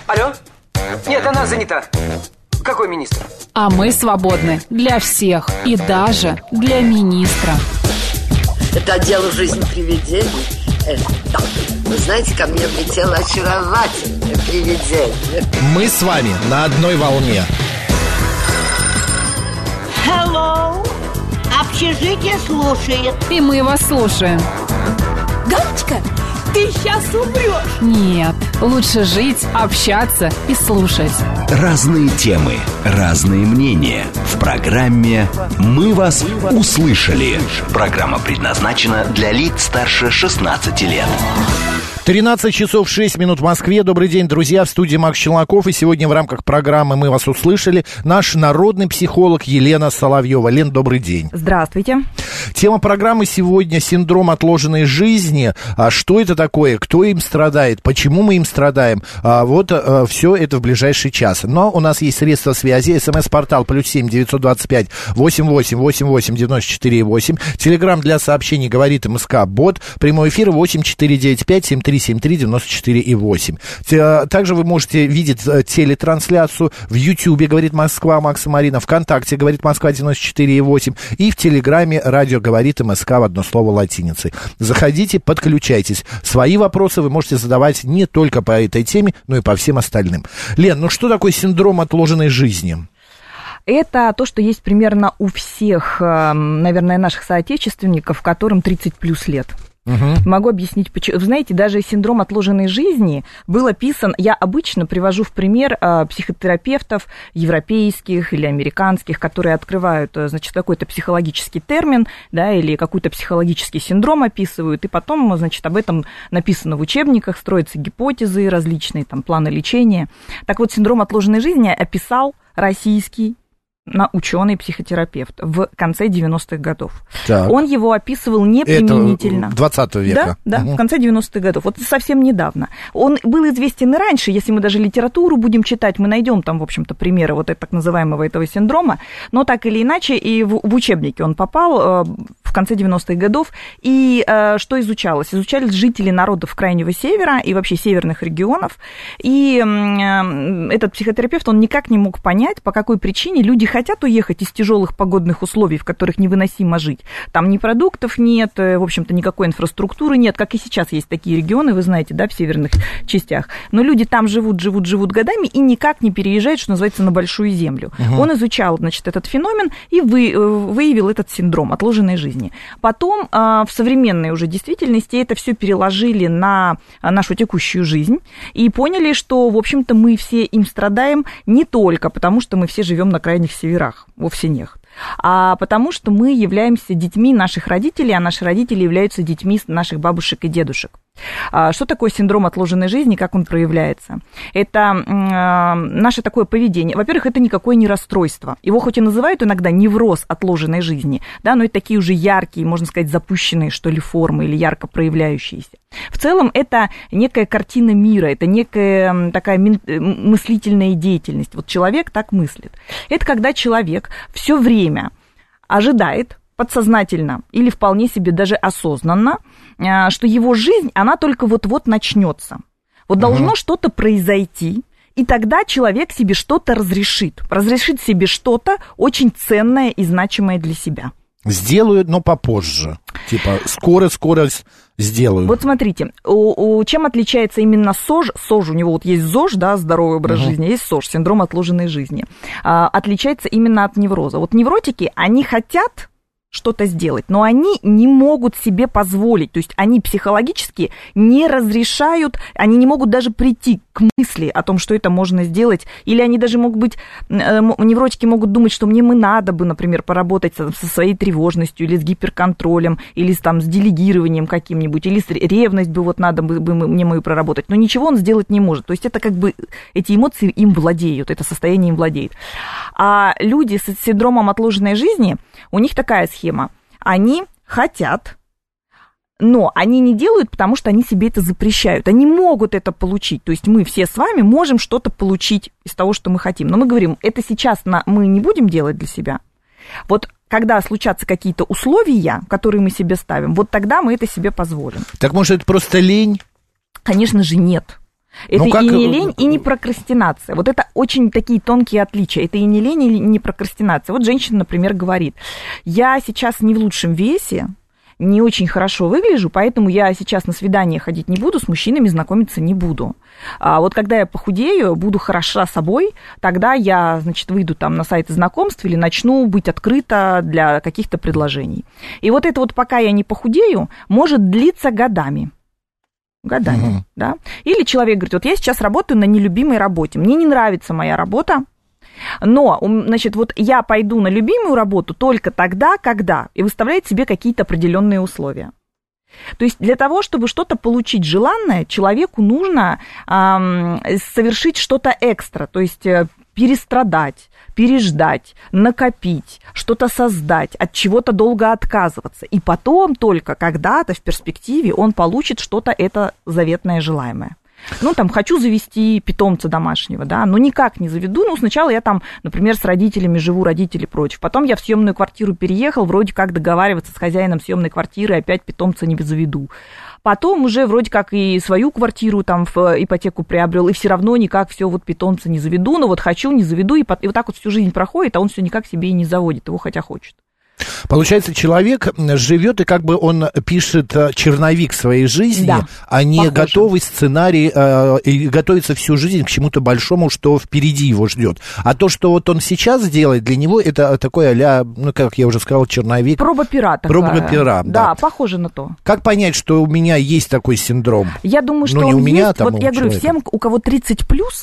Алло? Нет, она занята. Какой министр? А мы свободны для всех и даже для министра. Это отдел «Жизнь привидений». Вы знаете, ко мне влетело очаровательное привидение. Мы с вами на одной волне. Hello. Общежитие слушает. И мы вас слушаем. Галочка, ты сейчас умрешь. Нет, лучше жить, общаться и слушать. Разные темы, разные мнения. В программе «Мы вас услышали». Программа предназначена для лиц старше 16 лет. 13 часов 6 минут в Москве. Добрый день, друзья. В студии Макс Челноков. И сегодня в рамках программы «Мы вас услышали» наш народный психолог Елена Соловьева. Лен, добрый день. Здравствуйте. Тема программы сегодня — синдром отложенной жизни. Что это такое? Кто им страдает? Почему мы им страдаем? Вот все это в ближайший час. Но у нас есть средства связи. СМС-портал +7 925 88 88 94 8. Телеграм для сообщений «Говорит МСК Бот». Прямой эфир 8 495 73 73 94 8. Также вы можете видеть телетрансляцию в Ютьюбе «Говорит Москва» Макс и Марина, ВКонтакте «Говорит Москва» 94 8 и в Телеграме «Радио Говорит МСК» в одно слово латиницей. Заходите, подключайтесь. Свои вопросы вы можете задавать не только по этой теме, но и по всем остальным. Лен, ну что такое синдром отложенной жизни? Это то, что есть примерно у всех, наверное, наших соотечественников, которым 30 плюс лет. Угу. Могу объяснить, почему. Вы знаете, даже синдром отложенной жизни был описан, я обычно привожу в пример психотерапевтов европейских или американских, которые открывают, значит, какой-то психологический термин, да, или какой-то психологический синдром описывают, и потом, значит, об этом написано в учебниках, строятся гипотезы различные, там, планы лечения. Так вот, синдром отложенной жизни описал российский ученый-психотерапевт в конце 90-х годов. Так. Он его описывал неприменительно. Это 20 века. Да, в конце 90-х годов. Вот совсем недавно. Он был известен и раньше, если мы даже литературу будем читать, мы найдем там, в общем-то, примеры вот так называемого этого синдрома, но так или иначе и в учебники он попал в конце 90-х годов. И что изучалось? Изучались жители народов Крайнего Севера и вообще северных регионов. И этот психотерапевт, он никак не мог понять, по какой причине люди хотят уехать из тяжелых погодных условий, в которых невыносимо жить. Там ни продуктов нет, в общем-то, никакой инфраструктуры нет, как и сейчас есть такие регионы, вы знаете, да, в северных частях. Но люди там живут годами и никак не переезжают, что называется, на большую землю. Угу. Он изучал, значит, этот феномен и выявил этот синдром отложенной жизни. Потом в современной уже действительности это все переложили на нашу текущую жизнь и поняли, что, в общем-то, мы все им страдаем не только потому, что мы все живем на крайних северах, вовсе нет, а потому что мы являемся детьми наших родителей, а наши родители являются детьми наших бабушек и дедушек. Что такое синдром отложенной жизни, как он проявляется? Это наше такое поведение. Во-первых, это никакое не расстройство. Его хоть и называют иногда невроз отложенной жизни, да, но это такие уже яркие, можно сказать, запущенные, что ли, формы или ярко проявляющиеся. В целом, это некая картина мира, это некая такая мыслительная деятельность. Вот человек так мыслит. Это когда человек все время ожидает, подсознательно или вполне себе даже осознанно, что его жизнь, она только вот-вот начнется. Вот должно что-то произойти, и тогда человек себе что-то разрешит себе что-то очень ценное и значимое для себя. Сделаю, но попозже. Типа скоро сделаю. Вот смотрите, чем отличается именно СОЖ? СОЖ, у него вот есть ЗОЖ, да, здоровый образ жизни, есть СОЖ, синдром отложенной жизни. Отличается именно от невроза. Вот невротики, они хотят что-то сделать, но они не могут себе позволить, то есть они психологически не разрешают, они не могут даже прийти к мысли о том, что это можно сделать, или они даже могут быть, невротики могут думать, что мне надо бы, например, поработать со своей тревожностью, или с гиперконтролем, или там с делегированием каким-нибудь, или с ревность бы вот надо бы мне мою проработать, но ничего он сделать не может, то есть это как бы эти эмоции им владеют, это состояние им владеет. А люди с синдромом отложенной жизни, у них такая схема. Они хотят, но они не делают, потому что они себе это запрещают. Они могут это получить. То есть мы все с вами можем что-то получить из того, что мы хотим. Но мы говорим, это сейчас мы не будем делать для себя. Вот когда случатся какие-то условия, которые мы себе ставим, вот тогда мы это себе позволим. Так может, это просто лень? Конечно же, нет. Это и не лень, и не прокрастинация. Вот это очень такие тонкие отличия. Это и не лень, и не прокрастинация. Вот женщина, например, говорит, я сейчас не в лучшем весе, не очень хорошо выгляжу, поэтому я сейчас на свидание ходить не буду, с мужчинами знакомиться не буду. А вот когда я похудею, буду хороша собой, тогда я, значит, выйду там на сайты знакомств или начну быть открыта для каких-то предложений. И вот это вот пока я не похудею, может длиться годами. Да. Или человек говорит, вот я сейчас работаю на нелюбимой работе, мне не нравится моя работа, но, значит, вот я пойду на любимую работу только тогда, когда, и выставляет себе какие-то определенные условия. То есть для того, чтобы что-то получить желанное, человеку нужно совершить что-то экстра, то есть перестрадать, переждать, накопить, что-то создать, от чего-то долго отказываться. И потом только когда-то в перспективе он получит что-то это заветное желаемое. Ну, там, хочу завести питомца домашнего, да, но никак не заведу. Ну, сначала я там, например, с родителями живу, родители против. Потом я в съемную квартиру переехал, вроде как договариваться с хозяином съемной квартиры, опять питомца не заведу. Потом уже вроде как и свою квартиру там в ипотеку приобрел, и все равно никак все вот питомца не заведу, но вот хочу, не заведу, и вот так вот всю жизнь проходит, а он все никак себе и не заводит, его хотя хочет. Получается, человек живет, и как бы он пишет черновик своей жизни, да, а не похоже. готовый сценарий, и готовится всю жизнь к чему-то большому, что впереди его ждет. А то, что вот он сейчас делает, для него это такой а-ля, ну, как я уже сказал, черновик. Проба пера такая. Проба пера, да. Да, похоже на то. Как понять, что у меня есть такой синдром? Я думаю, что не он у меня, есть. там, Вот я говорю, всем, у кого 30+,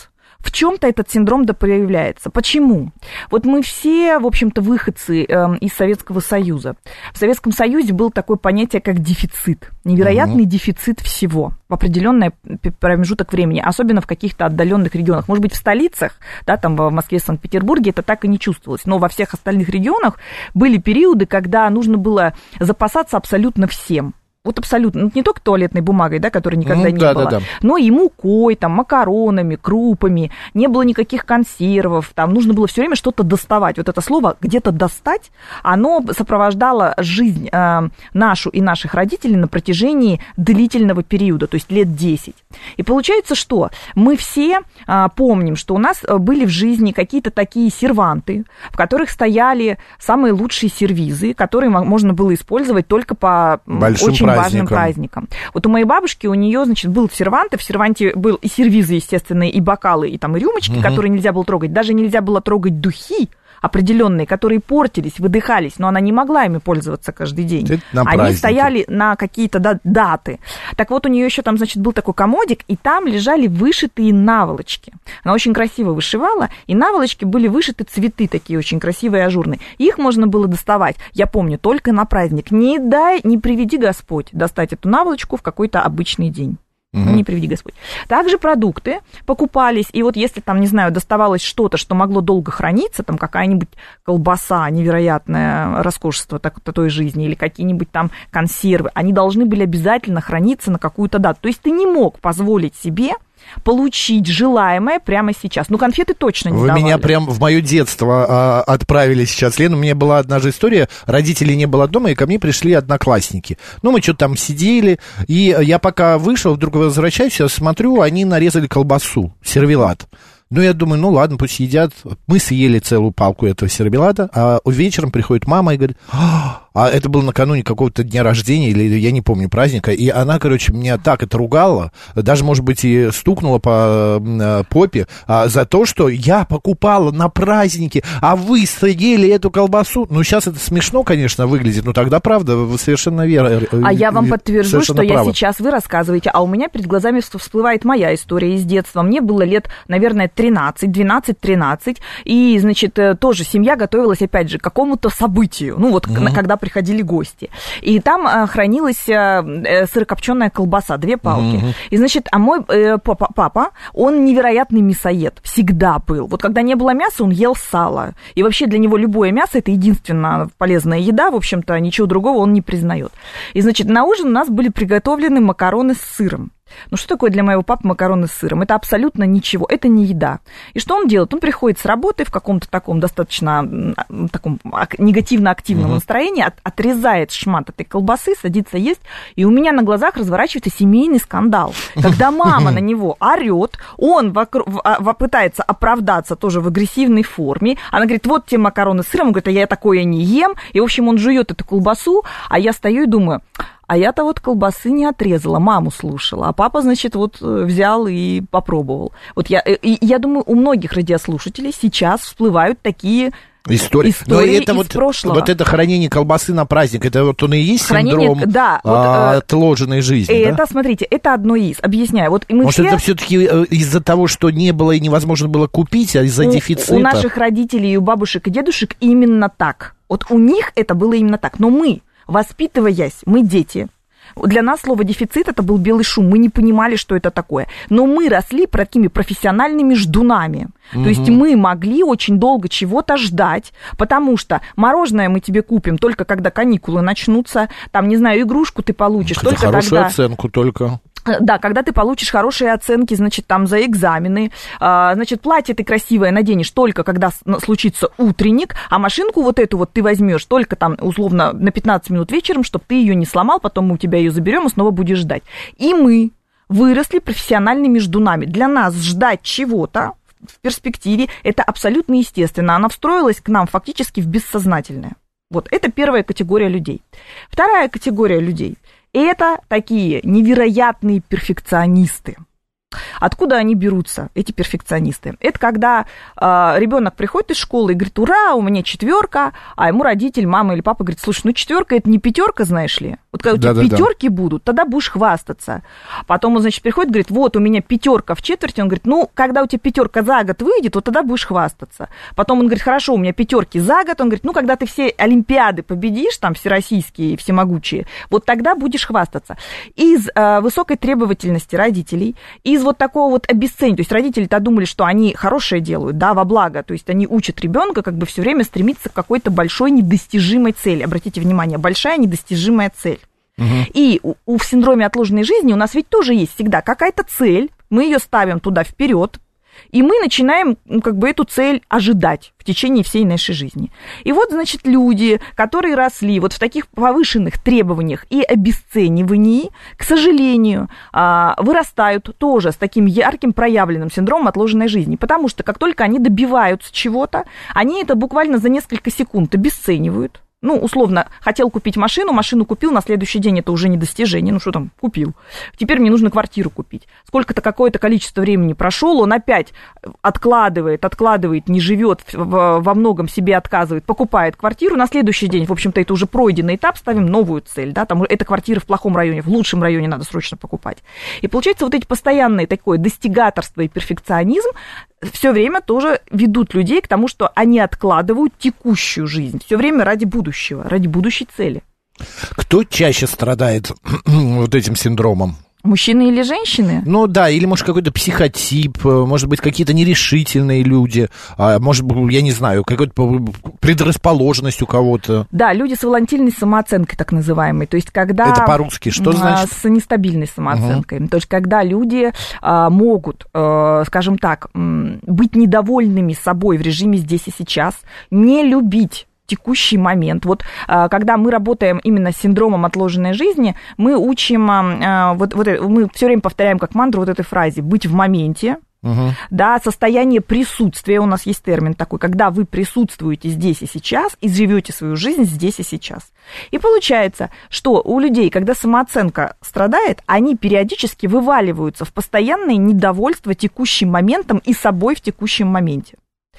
в чем-то этот синдром да проявляется. Почему? Вот мы все, в общем-то, выходцы из Советского Союза. В Советском Союзе было такое понятие, как дефицит. Невероятный дефицит всего в определенный промежуток времени, особенно в каких-то отдаленных регионах. Может быть, в столицах, да, там в Москве, Санкт-Петербурге это так и не чувствовалось. Но во всех остальных регионах были периоды, когда нужно было запасаться абсолютно всем. Вот абсолютно, не только туалетной бумагой, да, которой никогда не было, но и мукой, там, макаронами, крупами, не было никаких консервов, там нужно было все время что-то доставать. Вот это слово «где-то достать», оно сопровождало жизнь нашу и наших родителей на протяжении длительного периода, то есть лет 10. И получается, что мы все помним, что у нас были в жизни какие-то такие серванты, в которых стояли самые лучшие сервизы, которые можно было использовать только по очень важным праздникам. Вот у моей бабушки, у нее, значит, был сервант, и в серванте был и сервизы, естественно, и бокалы, и там и рюмочки, которые нельзя было трогать. Даже нельзя было трогать духи определенные, которые портились, выдыхались, но она не могла ими пользоваться каждый день. Они стояли на какие-то даты. Так вот, у нее еще там, значит, был такой комодик, и там лежали вышитые наволочки. Она очень красиво вышивала, и наволочки были вышиты цветы такие очень красивые и ажурные. Их можно было доставать, я помню, только на праздник. Не приведи Господь достать эту наволочку в какой-то обычный день. Не приведи Господь. Также продукты покупались, и вот если там, не знаю, доставалось что-то, что могло долго храниться, там какая-нибудь колбаса, невероятное роскошество той жизни, или какие-нибудь там консервы, они должны были обязательно храниться на какую-то дату. То есть ты не мог позволить себе получить желаемое прямо сейчас. Ну, конфеты точно не давали. Вы меня прям в мое детство отправили сейчас, Лена. У меня была одна же история. Родителей не было дома, и ко мне пришли одноклассники. Ну, мы что-то там сидели, и я пока вышел, вдруг возвращаюсь, я смотрю, они нарезали колбасу, сервелат. Ну, я думаю, ну, ладно, пусть едят. Мы съели целую палку этого сервелата, а вечером приходит мама и говорит... А это было накануне какого-то дня рождения, или я не помню, праздника, и она, короче, меня так отругала, даже, может быть, и стукнула по попе за то, что я покупала на празднике, а вы съели эту колбасу. Ну, сейчас это смешно, конечно, выглядит, но тогда, правда, вы совершенно верно. А я вам подтвержу, что я сейчас, вы рассказываете, а у меня перед глазами всплывает моя история из детства. Мне было лет, наверное, 12-13, и, значит, тоже семья готовилась, опять же, к какому-то событию, ну, вот, когда приходили гости. И там хранилась сырокопченая колбаса, 2 палки. И, значит, а мой папа, он невероятный мясоед, всегда был. Вот когда не было мяса, он ел сало. И вообще для него любое мясо – это единственная полезная еда, в общем-то, ничего другого он не признает. И, значит, на ужин у нас были приготовлены макароны с сыром. Ну, что такое для моего папы макароны с сыром? Это абсолютно ничего, это не еда. И что он делает? Он приходит с работы в каком-то таком достаточно таком негативно-активном настроении, отрезает шмат этой колбасы, садится есть, и у меня на глазах разворачивается семейный скандал. Когда мама на него орет, он пытается оправдаться тоже в агрессивной форме. Она говорит, вот те макароны с сыром. Он говорит, а я такое не ем. И, в общем, он жует эту колбасу, а я стою и думаю... А я-то вот колбасы не отрезала, маму слушала. А папа, значит, вот взял и попробовал. Вот я думаю, у многих радиослушателей сейчас всплывают такие истории это из вот, прошлого. Вот это хранение колбасы на праздник, это вот он и есть синдром отложенной жизни, это, да? Смотрите, это одно из. Объясняю. Вот мы Может, это все-таки из-за того, что не было и невозможно было купить, а из-за дефицита? У наших родителей и у бабушек и дедушек именно так. Вот у них это было именно так. Но мы... Воспитываясь, мы дети. Для нас слово «дефицит» это был белый шум. Мы не понимали, что это такое. Но мы росли такими профессиональными ждунами. То есть мы могли очень долго чего-то ждать, потому что мороженое мы тебе купим только когда каникулы начнутся. Там, не знаю, игрушку ты получишь только тогда. Хорошую оценку только. Да, когда ты получишь хорошие оценки, значит, там за экзамены, значит, платье ты красивое наденешь только когда случится утренник, а машинку вот эту вот ты возьмешь только там, условно, на 15 минут вечером, чтобы ты ее не сломал, потом мы у тебя ее заберем и снова будешь ждать. И мы выросли профессиональными ждунами. Для нас ждать чего-то в перспективе это абсолютно естественно. Она встроилась к нам фактически в бессознательное. Вот это первая категория людей. Вторая категория людей – это такие невероятные перфекционисты. Откуда они берутся, эти перфекционисты? Это когда ребенок приходит из школы и говорит, ура, у меня 4, а ему родитель, мама или папа говорит, слушай, ну 4 это не 5, знаешь ли. Вот когда у тебя 5 будут, тогда будешь хвастаться. Потом он, значит, приходит и говорит, вот у меня 5 в четверти. Он говорит, ну, когда у тебя 5 за год выйдет, вот тогда будешь хвастаться. Потом он говорит, хорошо, у меня 5 за год. Он говорит, ну, когда ты все олимпиады победишь, там, всероссийские и всемогучие, вот тогда будешь хвастаться. Из высокой требовательности родителей, из вот такого вот обесценивания. То есть родители-то думали, что они хорошее делают, да, во благо. То есть они учат ребенка как бы все время стремиться к какой-то большой недостижимой цели. Обратите внимание, большая недостижимая цель. И в синдроме отложенной жизни у нас ведь тоже есть всегда какая-то цель, мы ее ставим туда вперед, и мы начинаем как бы эту цель ожидать в течение всей нашей жизни. И вот, значит, люди, которые росли вот в таких повышенных требованиях и обесценивании, к сожалению, вырастают тоже с таким ярким проявленным синдромом отложенной жизни, потому что как только они добиваются чего-то, они это буквально за несколько секунд обесценивают. Ну, условно, хотел купить машину купил, на следующий день это уже не достижение, ну что там, купил. Теперь мне нужно квартиру купить. Сколько-то, какое-то количество времени прошел, он опять откладывает, не живет, во многом себе отказывает, покупает квартиру, на следующий день, в общем-то, это уже пройденный этап, ставим новую цель, да, там эта квартира в плохом районе, в лучшем районе надо срочно покупать. И получается, вот эти постоянные такое достигаторство и перфекционизм все время тоже ведут людей к тому, что они откладывают текущую жизнь, все время ради будущего, ради будущей цели. Кто чаще страдает вот этим синдромом? Мужчины или женщины? Ну да, или, может, какой-то психотип, может быть, какие-то нерешительные люди, может быть, я не знаю, какая-то предрасположенность у кого-то. Да, люди с волатильной самооценкой, так называемой. То есть, когда... Это по-русски что значит? С нестабильной самооценкой. То есть, когда люди могут, скажем так, быть недовольными собой в режиме здесь и сейчас, не любить текущий момент. Вот когда мы работаем именно с синдромом отложенной жизни, мы учим, мы все время повторяем как мантру вот этой фразе «быть в моменте», да, состояние присутствия, у нас есть термин такой, когда вы присутствуете здесь и сейчас и живете свою жизнь здесь и сейчас. И получается, что у людей, когда самооценка страдает, они периодически вываливаются в постоянное недовольство текущим моментом и собой в текущем моменте.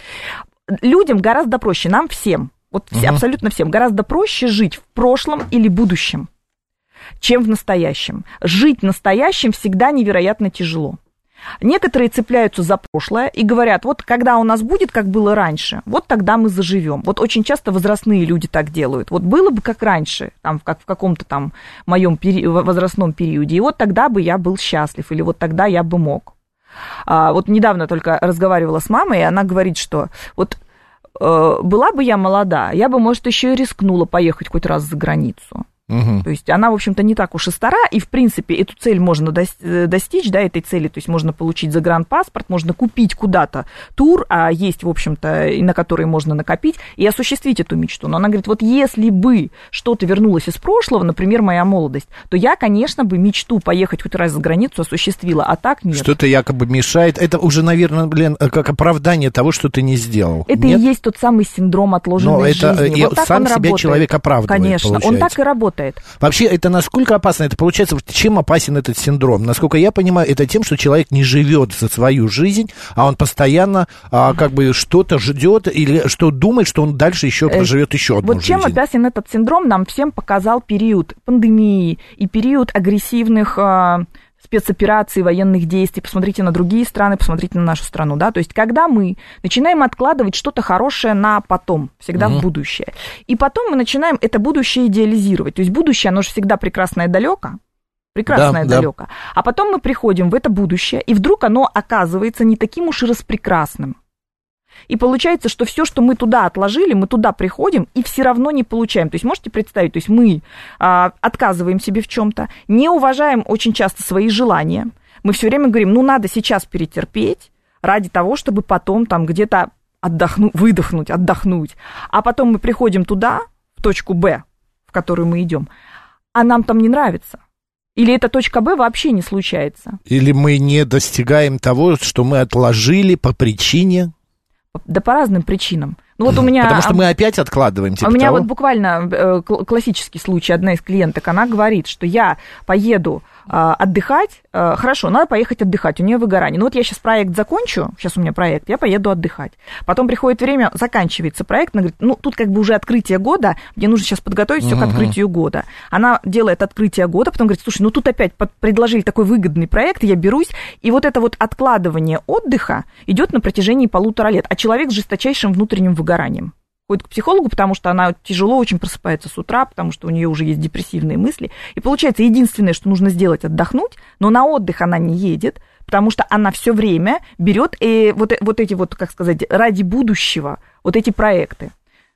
Людям гораздо проще, нам всем, вот абсолютно всем, гораздо проще жить в прошлом или будущем, чем в настоящем. Жить настоящим всегда невероятно тяжело. Некоторые цепляются за прошлое и говорят, вот когда у нас будет, как было раньше, вот тогда мы заживем. Вот очень часто возрастные люди так делают. Вот было бы как раньше, там, как в каком-то там моем возрастном периоде, и вот тогда бы я был счастлив, или вот тогда я бы мог. Вот недавно только разговаривала с мамой, и она говорит, что вот была бы я молода, я бы, может, еще и рискнула поехать хоть раз за границу. То есть она, в общем-то, не так уж и стара, и, в принципе, эту цель можно достичь, да, этой цели, то есть можно получить загранпаспорт, можно купить куда-то тур, а есть, в общем-то, и на который можно накопить, и осуществить эту мечту. Но она говорит, вот если бы что-то вернулось из прошлого, например, моя молодость, то я, конечно, бы мечту поехать хоть раз за границу осуществила, а так нет. Что-то якобы мешает. Это уже, наверное, как оправдание того, что ты не сделал. Это нет? И есть тот самый синдром отложенной жизни. Вот так сам себя работает. Человек оправдывает, конечно, получается. Он так и работает. Вообще, это насколько опасно? Это получается, чем опасен этот синдром? Насколько я понимаю, это тем, что человек не живет за свою жизнь, а он постоянно как бы что-то ждет или что думает, что он дальше еще проживет еще одну жизнь. Вот чем опасен этот синдром, нам всем показал период пандемии и период агрессивных спецопераций, военных действий, посмотрите на другие страны, посмотрите на нашу страну, да, то есть когда мы начинаем откладывать что-то хорошее на потом, всегда в будущее, и потом мы начинаем это будущее идеализировать, то есть будущее, оно же всегда прекрасное далеко, далеко, а потом мы приходим в это будущее, и вдруг оно оказывается не таким уж и распрекрасным. И получается, что все, что мы туда отложили, мы туда приходим и все равно не получаем. То есть можете представить, то есть мы отказываем себе в чем-то, не уважаем очень часто свои желания. Мы все время говорим, надо сейчас перетерпеть ради того, чтобы потом там где-то выдохнуть, отдохнуть. А потом мы приходим туда, в точку Б, в которую мы идем, а нам там не нравится. Или эта точка Б вообще не случается. Или мы не достигаем того, что мы отложили по причине... Да по разным причинам. Вот у меня, потому что мы опять откладываем. У меня вот буквально классический случай. Одна из клиенток, она говорит, что я поеду отдыхать. Хорошо, надо поехать отдыхать, у нее выгорание. Вот я сейчас проект закончу, сейчас у меня проект, я поеду отдыхать. Потом приходит время, заканчивается проект, она говорит, тут как бы уже открытие года, мне нужно сейчас подготовить все к открытию года. Она делает открытие года, потом говорит, слушай, тут опять предложили такой выгодный проект, я берусь, и вот это вот откладывание отдыха идет на протяжении 1,5 лет, а человек с жесточайшим внутренним выгоранием. Ходит к психологу, потому что она тяжело очень просыпается с утра, потому что у нее уже есть депрессивные мысли. И получается, единственное, что нужно сделать, отдохнуть, но на отдых она не едет, потому что она все время берет вот эти вот, как сказать, ради будущего, вот эти проекты.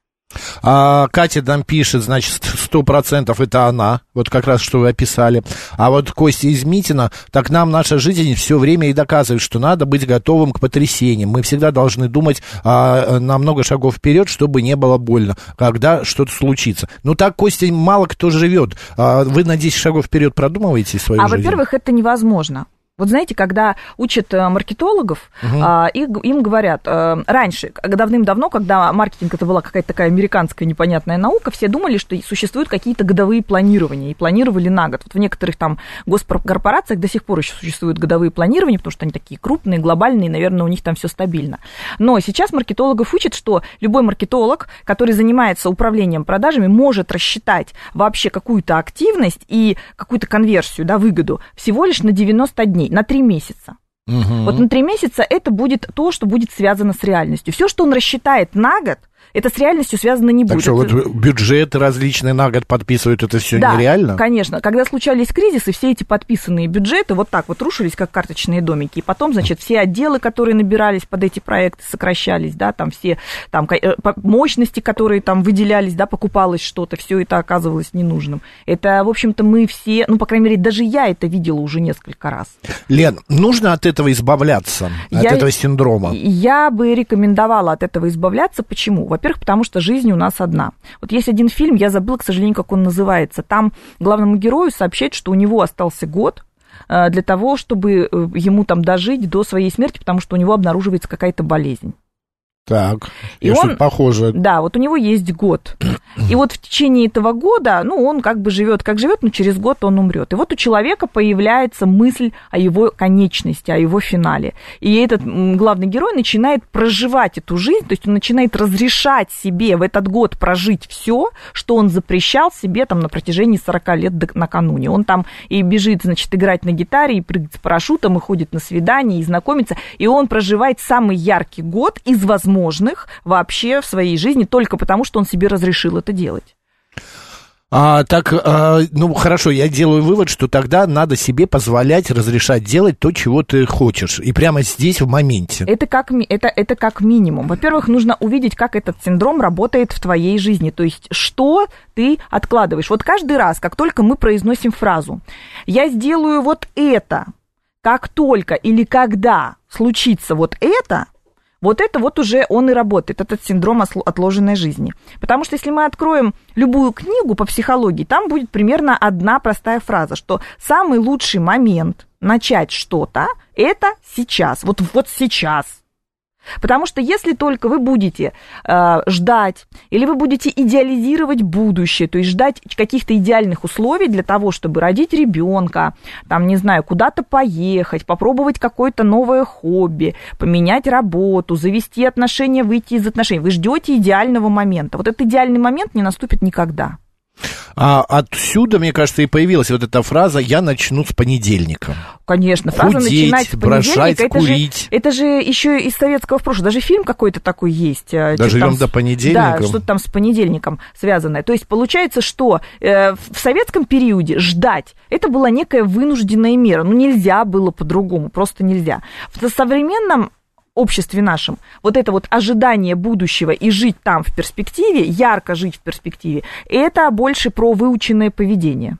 Катя нам пишет, значит, 100% это она, вот как раз, что вы описали. А вот Костя из Митина, так нам наша жизнь все время и доказывает, что надо быть готовым к потрясениям. Мы всегда должны думать на много шагов вперед, чтобы не было больно, когда что-то случится. Так, Костя, мало кто живет. Вы на 10 шагов вперед продумываете свою жизнь? Во-первых, это невозможно. Вот знаете, когда учат маркетологов, им говорят, раньше, давным-давно, когда маркетинг это была какая-то такая американская непонятная наука, все думали, что существуют какие-то годовые планирования, и планировали на год. Вот в некоторых там госкорпорациях до сих пор еще существуют годовые планирования, потому что они такие крупные, глобальные, наверное, у них там все стабильно. Но сейчас маркетологов учат, что любой маркетолог, который занимается управлением продажами, может рассчитать вообще какую-то активность и какую-то конверсию, выгоду всего лишь на 90 дней. На 3 месяца. Вот на 3 месяца это будет то, что будет связано с реальностью. Все, что он рассчитает на год, это с реальностью связано не будет. Так что вот бюджеты различные на год подписывают, это все нереально? Да, конечно. Когда случались кризисы, все эти подписанные бюджеты вот так вот рушились, как карточные домики. И потом, значит, все отделы, которые набирались под эти проекты, сокращались, там все там, мощности, которые там выделялись, покупалось что-то, все это оказывалось ненужным. Это, в общем-то, мы все, по крайней мере, даже я это видела уже несколько раз. Лен, нужно от этого избавляться, от этого синдрома? Я бы рекомендовала от этого избавляться. Почему? Во-первых, потому что жизнь у нас одна. Вот есть один фильм, я забыла, к сожалению, как он называется. Там главному герою сообщают, что у него остался год для того, чтобы ему там дожить до своей смерти, потому что у него обнаруживается какая-то болезнь. Так, и что-то похожее. Да, вот у него есть год. И вот в течение этого года, он как бы живет, как живет, но через год он умрет. И вот у человека появляется мысль о его конечности, о его финале. И этот главный герой начинает проживать эту жизнь, то есть он начинает разрешать себе в этот год прожить все, что он запрещал себе там на протяжении 40 лет накануне. Он там и бежит, значит, играть на гитаре, и прыгать с парашютом, и ходит на свидания, и знакомится. И он проживает самый яркий год из возможных вообще в своей жизни только потому, что он себе разрешил это делать. Ну, хорошо, я делаю вывод, что тогда надо себе позволять разрешать делать то, чего ты хочешь, и прямо здесь, в моменте. Это как минимум. Во-первых, нужно увидеть, как этот синдром работает в твоей жизни, то есть что ты откладываешь. Вот каждый раз, как только мы произносим фразу «я сделаю вот это», как только или когда случится вот это вот уже он и работает, этот синдром отложенной жизни. Потому что если мы откроем любую книгу по психологии, там будет примерно одна простая фраза, что самый лучший момент начать что-то – это сейчас, вот сейчас. Потому что если только вы будете ждать, или вы будете идеализировать будущее, то есть ждать каких-то идеальных условий для того, чтобы родить ребенка, там, не знаю, куда-то поехать, попробовать какое-то новое хобби, поменять работу, завести отношения, выйти из отношений, вы ждете идеального момента. Вот этот идеальный момент не наступит никогда. Отсюда, мне кажется, и появилась вот эта фраза «я начну с понедельника». Конечно, фраза «Худеть, «начинать с бросать, понедельника» курить. Это же еще из советского прошлого. Даже фильм какой-то такой есть. Доживем до понедельника. Да, что-то там с понедельником связанное. То есть получается, что в советском периоде ждать это была некая вынужденная мера. Ну, нельзя было по-другому, просто нельзя. В современном обществе нашем, вот это вот ожидание будущего и жить там в перспективе, ярко жить в перспективе, это больше про выученное поведение.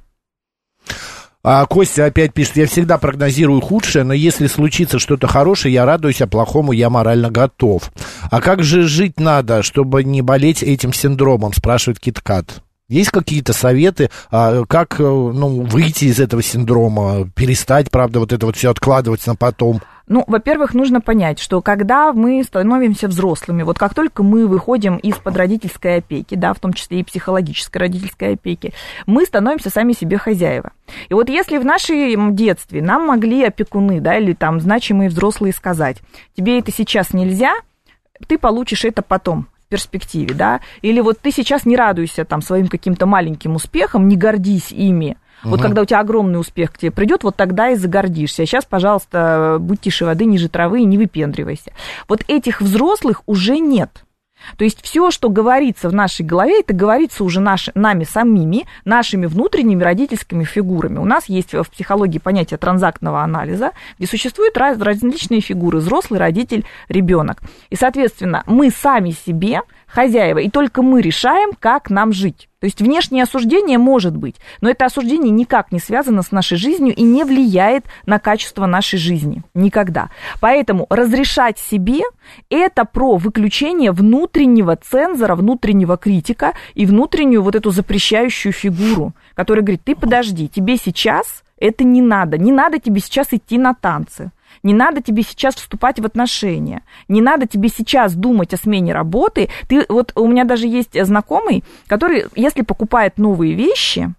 Костя опять пишет: я всегда прогнозирую худшее, но если случится что-то хорошее, я радуюсь, а плохому я морально готов. А как же жить надо, чтобы не болеть этим синдромом, спрашивает Киткат. Есть какие-то советы, как выйти из этого синдрома, перестать, правда, вот это вот все откладывать на потом? Ну, во-первых, нужно понять, что когда мы становимся взрослыми, вот как только мы выходим из-под родительской опеки, да, в том числе и психологической родительской опеки, мы становимся сами себе хозяева. И вот если в нашем детстве нам могли опекуны, да, или там значимые взрослые сказать: тебе это сейчас нельзя, ты получишь это потом, в перспективе, да, или вот ты сейчас не радуйся там своим каким-то маленьким успехам, не гордись ими. Вот когда у тебя огромный успех к тебе придет, вот тогда и загордишься. А сейчас, пожалуйста, будь тише воды, ниже травы и не выпендривайся. Вот этих взрослых уже нет. То есть все, что говорится в нашей голове, это говорится уже нами самими, нашими внутренними родительскими фигурами. У нас есть в психологии понятие транзактного анализа, где существуют различные фигуры: взрослый, родитель, ребенок. И, соответственно, мы сами себе хозяева, и только мы решаем, как нам жить. То есть внешнее осуждение может быть, но это осуждение никак не связано с нашей жизнью и не влияет на качество нашей жизни. Никогда. Поэтому разрешать себе – это про выключение внутреннего цензора, внутреннего критика и внутреннюю вот эту запрещающую фигуру, которая говорит: ты подожди, тебе сейчас это не надо тебе сейчас идти на танцы. Не надо тебе сейчас вступать в отношения, не надо тебе сейчас думать о смене работы. Вот у меня даже есть знакомый, который, если покупает новые вещи,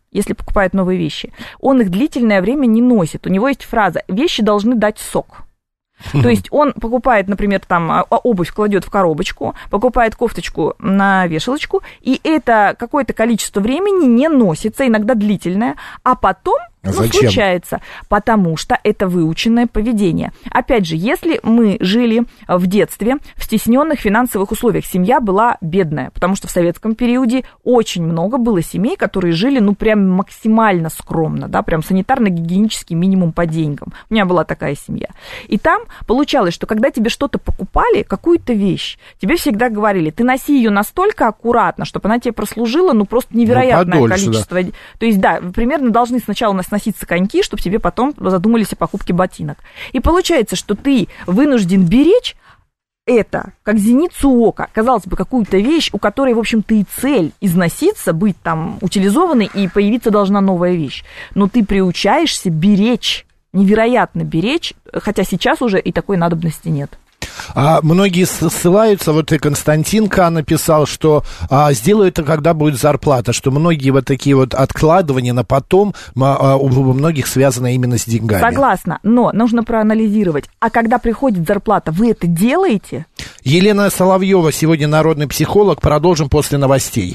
он их длительное время не носит. У него есть фраза: вещи должны дать сок. То есть он покупает, например, там обувь кладет в коробочку, покупает кофточку на вешалочку, и это какое-то количество времени не носится, иногда длительное, а потом случается, потому что это выученное поведение. Опять же, если мы жили в детстве в стесненных финансовых условиях, семья была бедная, потому что в советском периоде очень много было семей, которые жили, прям максимально скромно, да, прям санитарно-гигиенический минимум по деньгам. У меня была такая семья. И там получалось, что когда тебе что-то покупали, какую-то вещь, тебе всегда говорили: ты носи ее настолько аккуратно, чтобы она тебе прослужила, просто невероятное количество. Да. То есть, да, примерно должны сначала носиться коньки, чтобы тебе потом задумались о покупке ботинок. И получается, что ты вынужден беречь это, как зеницу ока, казалось бы, какую-то вещь, у которой, в общем-то, и цель износиться, быть там утилизованной, и появиться должна новая вещь. Но ты приучаешься беречь, невероятно беречь, хотя сейчас уже и такой надобности нет. Многие ссылаются, вот и Константин К. написал, что сделаю это, когда будет зарплата, что многие вот такие вот откладывания на потом у многих связаны именно с деньгами. Согласна, но нужно проанализировать. А когда приходит зарплата, вы это делаете? Елена Соловьева сегодня народный психолог. Продолжим после новостей.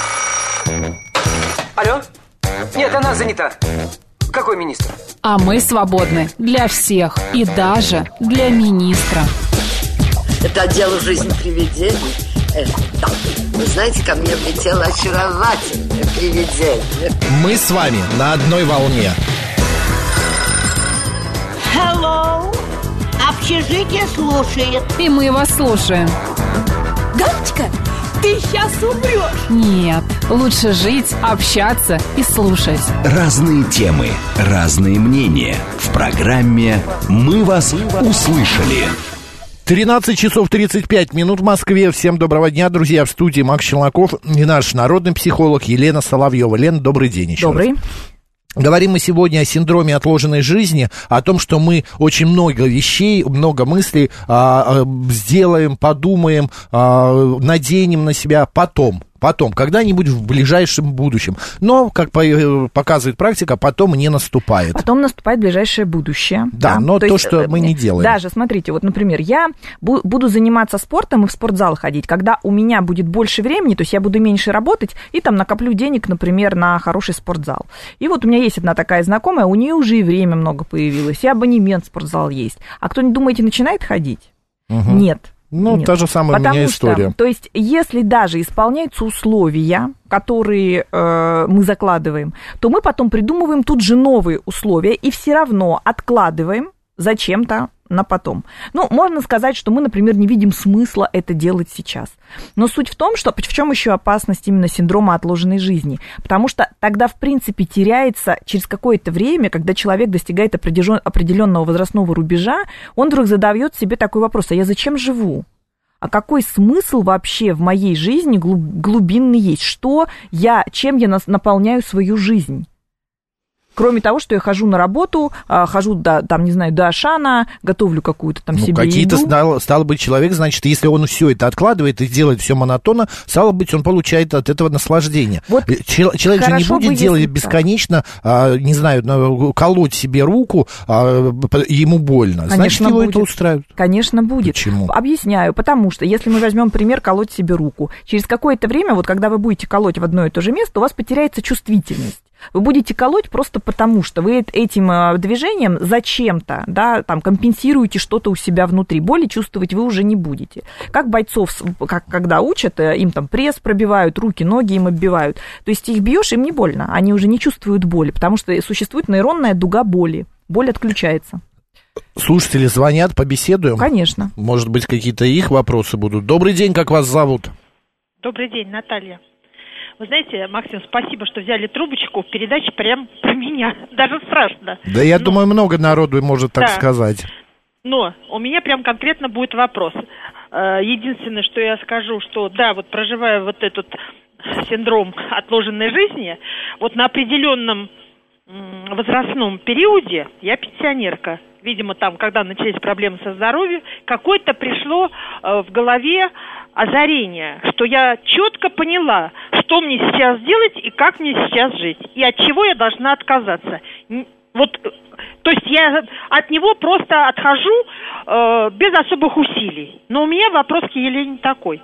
Алло? Нет, она занята. Какой министр? А мы свободны для всех и даже для министра. Это дело жизни привидений. Вы знаете, ко мне влетела очаровательная Привидение. Мы с вами на одной волне. Hello. Общежитие слушает. И мы вас слушаем. Галочка, ты сейчас умрешь. Нет, лучше жить, общаться и слушать. Разные темы, разные мнения. В программе «Мы вас услышали». 13 часов 35 минут в Москве. Всем доброго дня, друзья. В студии Макс Челноков и наш народный психолог Елена Соловьева. Лен, добрый день еще Добрый. раз. Говорим мы сегодня о синдроме отложенной жизни, о том, что мы очень много вещей, много мыслей сделаем, подумаем, наденем на себя потом, когда-нибудь в ближайшем будущем. Но, как показывает практика, потом не наступает. Потом наступает ближайшее будущее. Да, но то, что мы не делаем. Даже, смотрите, вот, например, я буду заниматься спортом и в спортзал ходить, когда у меня будет больше времени, то есть я буду меньше работать и там накоплю денег, например, на хороший спортзал. И вот у меня есть одна такая знакомая, у нее уже и время много появилось, и абонемент в спортзал есть. А кто, не думаете, начинает ходить? Угу. Нет. Ну, та же самая у меня история. То есть, если даже исполняются условия, которые мы закладываем, то мы потом придумываем тут же новые условия и все равно откладываем зачем-то на потом. Ну, можно сказать, что мы, например, не видим смысла это делать сейчас. Но суть в том, что в чем еще опасность именно синдрома отложенной жизни? Потому что тогда, в принципе, теряется через какое-то время, когда человек достигает определенного возрастного рубежа, он вдруг задает себе такой вопрос: а я зачем живу? А какой смысл вообще в моей жизни глубинный есть? Чем я наполняю свою жизнь? Кроме того, что я хожу на работу, хожу до Ашана, готовлю какую-то там себе еду. Стало быть, человек, значит, если он все это откладывает и делает все монотонно, стало быть, он получает от этого наслаждение. Вот человек же не будет делать бесконечно, не знаю, колоть себе руку, ему больно. Конечно, значит, его будет. Это устраивает. Конечно, будет. Почему? Объясняю. Потому что, если мы возьмем пример колоть себе руку, через какое-то время, вот когда вы будете колоть в одно и то же место, у вас потеряется чувствительность. Вы будете колоть просто потому, что вы этим движением зачем-то, да, там, компенсируете что-то у себя внутри. Боли чувствовать вы уже не будете. Как бойцов, когда учат, им там пресс пробивают, руки, ноги им оббивают. То есть их бьешь, им не больно. Они уже не чувствуют боли, потому что существует нейронная дуга боли. Боль отключается. Слушатели звонят, побеседуем? Конечно. Может быть, какие-то их вопросы будут. Добрый день, как вас зовут? Добрый день, Наталья. Вы знаете, Максим, спасибо, что взяли трубочку. Передача прям про меня. Даже страшно. Да, я думаю, много народу может так сказать. Но у меня прям конкретно будет вопрос. Единственное, что я скажу, что да, вот проживая вот этот синдром отложенной жизни, вот на определенном возрастном периоде, я пенсионерка, видимо, там, когда начались проблемы со здоровьем, какое-то пришло в голове озарение, что я четко поняла, что мне сейчас делать и как мне сейчас жить, и от чего я должна отказаться. Вот, то есть я от него просто отхожу без особых усилий. Но у меня вопрос к Елене такой.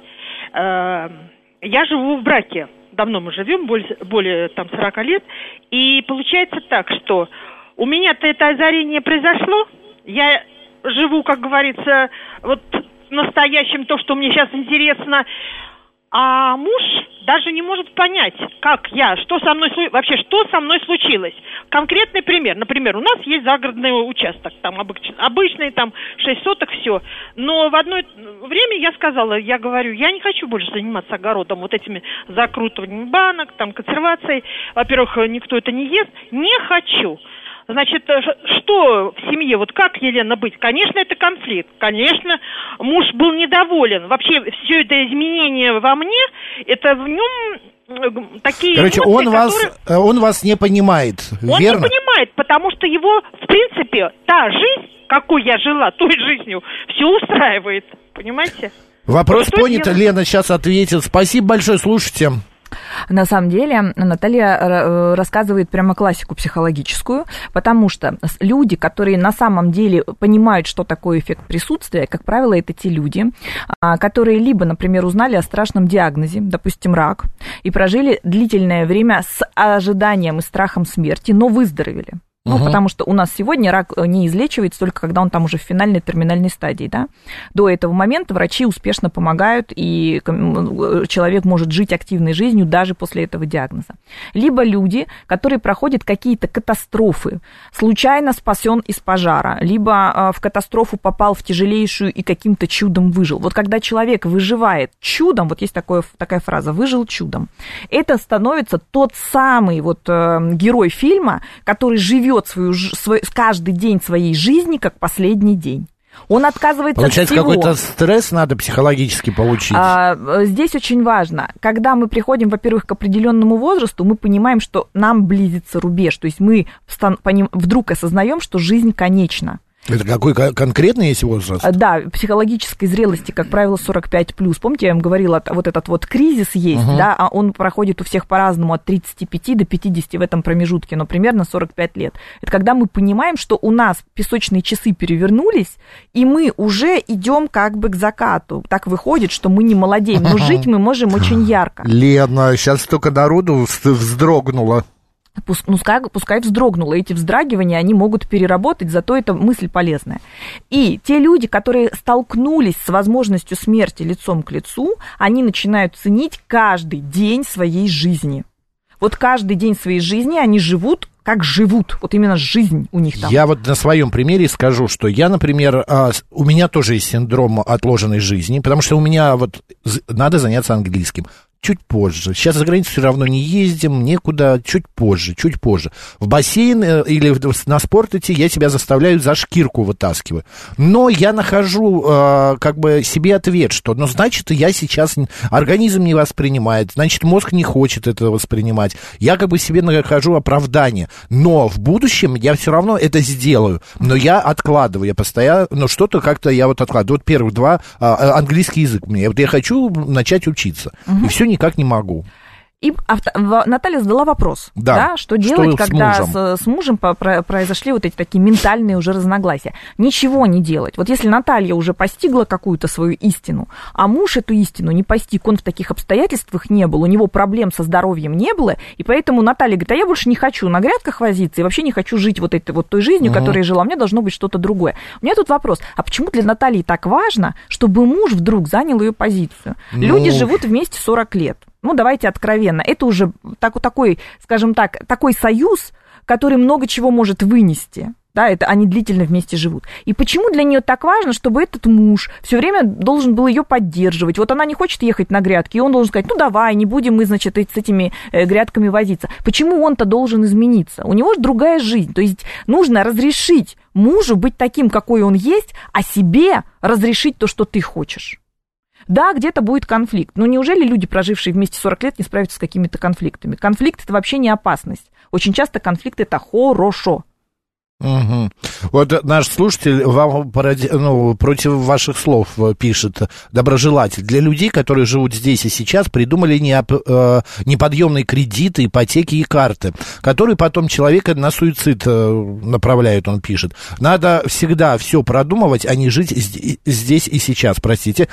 Я живу в браке. Давно мы живем, более там 40 лет, и получается так, что у меня-то это озарение произошло, я живу, как говорится, вот настоящим, то, что мне сейчас интересно, а муж даже не может понять, как я, что со мной случилось. Конкретный пример. Например, у нас есть загородный участок, там обычный, там 6 соток, все. Но в одно время я говорю, я не хочу больше заниматься огородом, вот этими закрутыванием банок, там, консервацией. Во-первых, никто это не ест. Не хочу. Значит, что в семье, вот как, Елена, быть? Конечно, это конфликт. Конечно, муж был недоволен. Вообще, все это изменение во мне, это в нем такие эмоции, он вас не понимает, он верно? Не понимает, потому что его, в принципе, та жизнь, какой я жила, той жизнью, все устраивает. Понимаете? Вопрос понят, Лена сейчас ответит. Спасибо большое, слушайте. На самом деле, Наталья рассказывает прямо классику психологическую, потому что люди, которые на самом деле понимают, что такое эффект присутствия, как правило, это те люди, которые либо, например, узнали о страшном диагнозе, допустим, рак, и прожили длительное время с ожиданием и страхом смерти, но выздоровели. Ну, потому что у нас сегодня рак не излечивается только когда он там уже в финальной терминальной стадии, да. До этого момента врачи успешно помогают, и человек может жить активной жизнью даже после этого диагноза. Либо люди, которые проходят какие-то катастрофы, случайно спасен из пожара, либо в катастрофу попал в тяжелейшую и каким-то чудом выжил. Вот когда человек выживает чудом, вот есть такая фраза «выжил чудом», это становится тот самый вот герой фильма, который живет каждый день своей жизни как последний день. Он отказывается от всего. Получается, какой-то стресс надо психологически получить. Здесь очень важно, когда мы приходим, во-первых, к определенному возрасту, мы понимаем, что нам близится рубеж, то есть мы вдруг осознаем, что жизнь конечна. Это какой конкретный есть возраст? Да, психологической зрелости, как правило, 45+. Помните, я вам говорила, вот этот вот кризис есть, да, а он проходит у всех по-разному, от 35 до 50 в этом промежутке, но примерно 45 лет. Это когда мы понимаем, что у нас песочные часы перевернулись, и мы уже идем как бы к закату. Так выходит, что мы не молодеем, но жить мы можем очень ярко. Лена, сейчас столько народу вздрогнуло. Пускай вздрогнуло. Эти вздрагивания, они могут переработать, зато это мысль полезная. И те люди, которые столкнулись с возможностью смерти лицом к лицу, они начинают ценить каждый день своей жизни. Вот каждый день своей жизни они живут, как живут. Вот именно жизнь у них там. Я вот на своем примере скажу, что я, например, у меня тоже есть синдром отложенной жизни, потому что у меня вот надо заняться английским. Чуть позже. Сейчас за границу все равно не ездим, некуда, чуть позже. В бассейн или на спорт идти я себя заставляю, за шкирку вытаскиваю. Но я нахожу как бы себе ответ, что, ну, значит, я сейчас, организм не воспринимает, значит, мозг не хочет это воспринимать. Я как бы себе нахожу оправдание. Но в будущем я все равно это сделаю. Но я откладываю, я постоянно, но что-то как-то я вот откладываю. Вот первых два, английский язык мне. Вот я хочу начать учиться. И все никак не могу. И Наталья задала вопрос, да, что делать, когда с мужем произошли вот эти такие ментальные уже разногласия. Ничего не делать. Вот если Наталья уже постигла какую-то свою истину, а муж эту истину не постиг, он в таких обстоятельствах не был, у него проблем со здоровьем не было, и поэтому Наталья говорит, а я больше не хочу на грядках возиться и вообще не хочу жить вот этой вот той жизнью, которой я жила, мне должно быть что-то другое. У меня тут вопрос, а почему для Натальи так важно, чтобы муж вдруг занял ее позицию? Люди живут вместе 40 лет. Ну, давайте откровенно, это уже такой, скажем так, такой союз, который много чего может вынести. Да, это они длительно вместе живут. И почему для нее так важно, чтобы этот муж все время должен был ее поддерживать? Вот она не хочет ехать на грядки, и он должен сказать, ну давай, не будем мы, значит, с этими грядками возиться. Почему он-то должен измениться? У него же другая жизнь. То есть нужно разрешить мужу быть таким, какой он есть, а себе разрешить то, что ты хочешь. Да, где-то будет конфликт, но неужели люди, прожившие вместе 40 лет, не справятся с какими-то конфликтами? Конфликт – это вообще не опасность. Очень часто конфликт – это хорошо. Угу. Вот наш слушатель вам против ваших слов пишет, доброжелатель. Для людей, которые живут здесь и сейчас, придумали неподъемные кредиты, ипотеки и карты, которые потом человека на суицид направляют, он пишет. Надо всегда все продумывать, а не жить здесь и сейчас. Простите.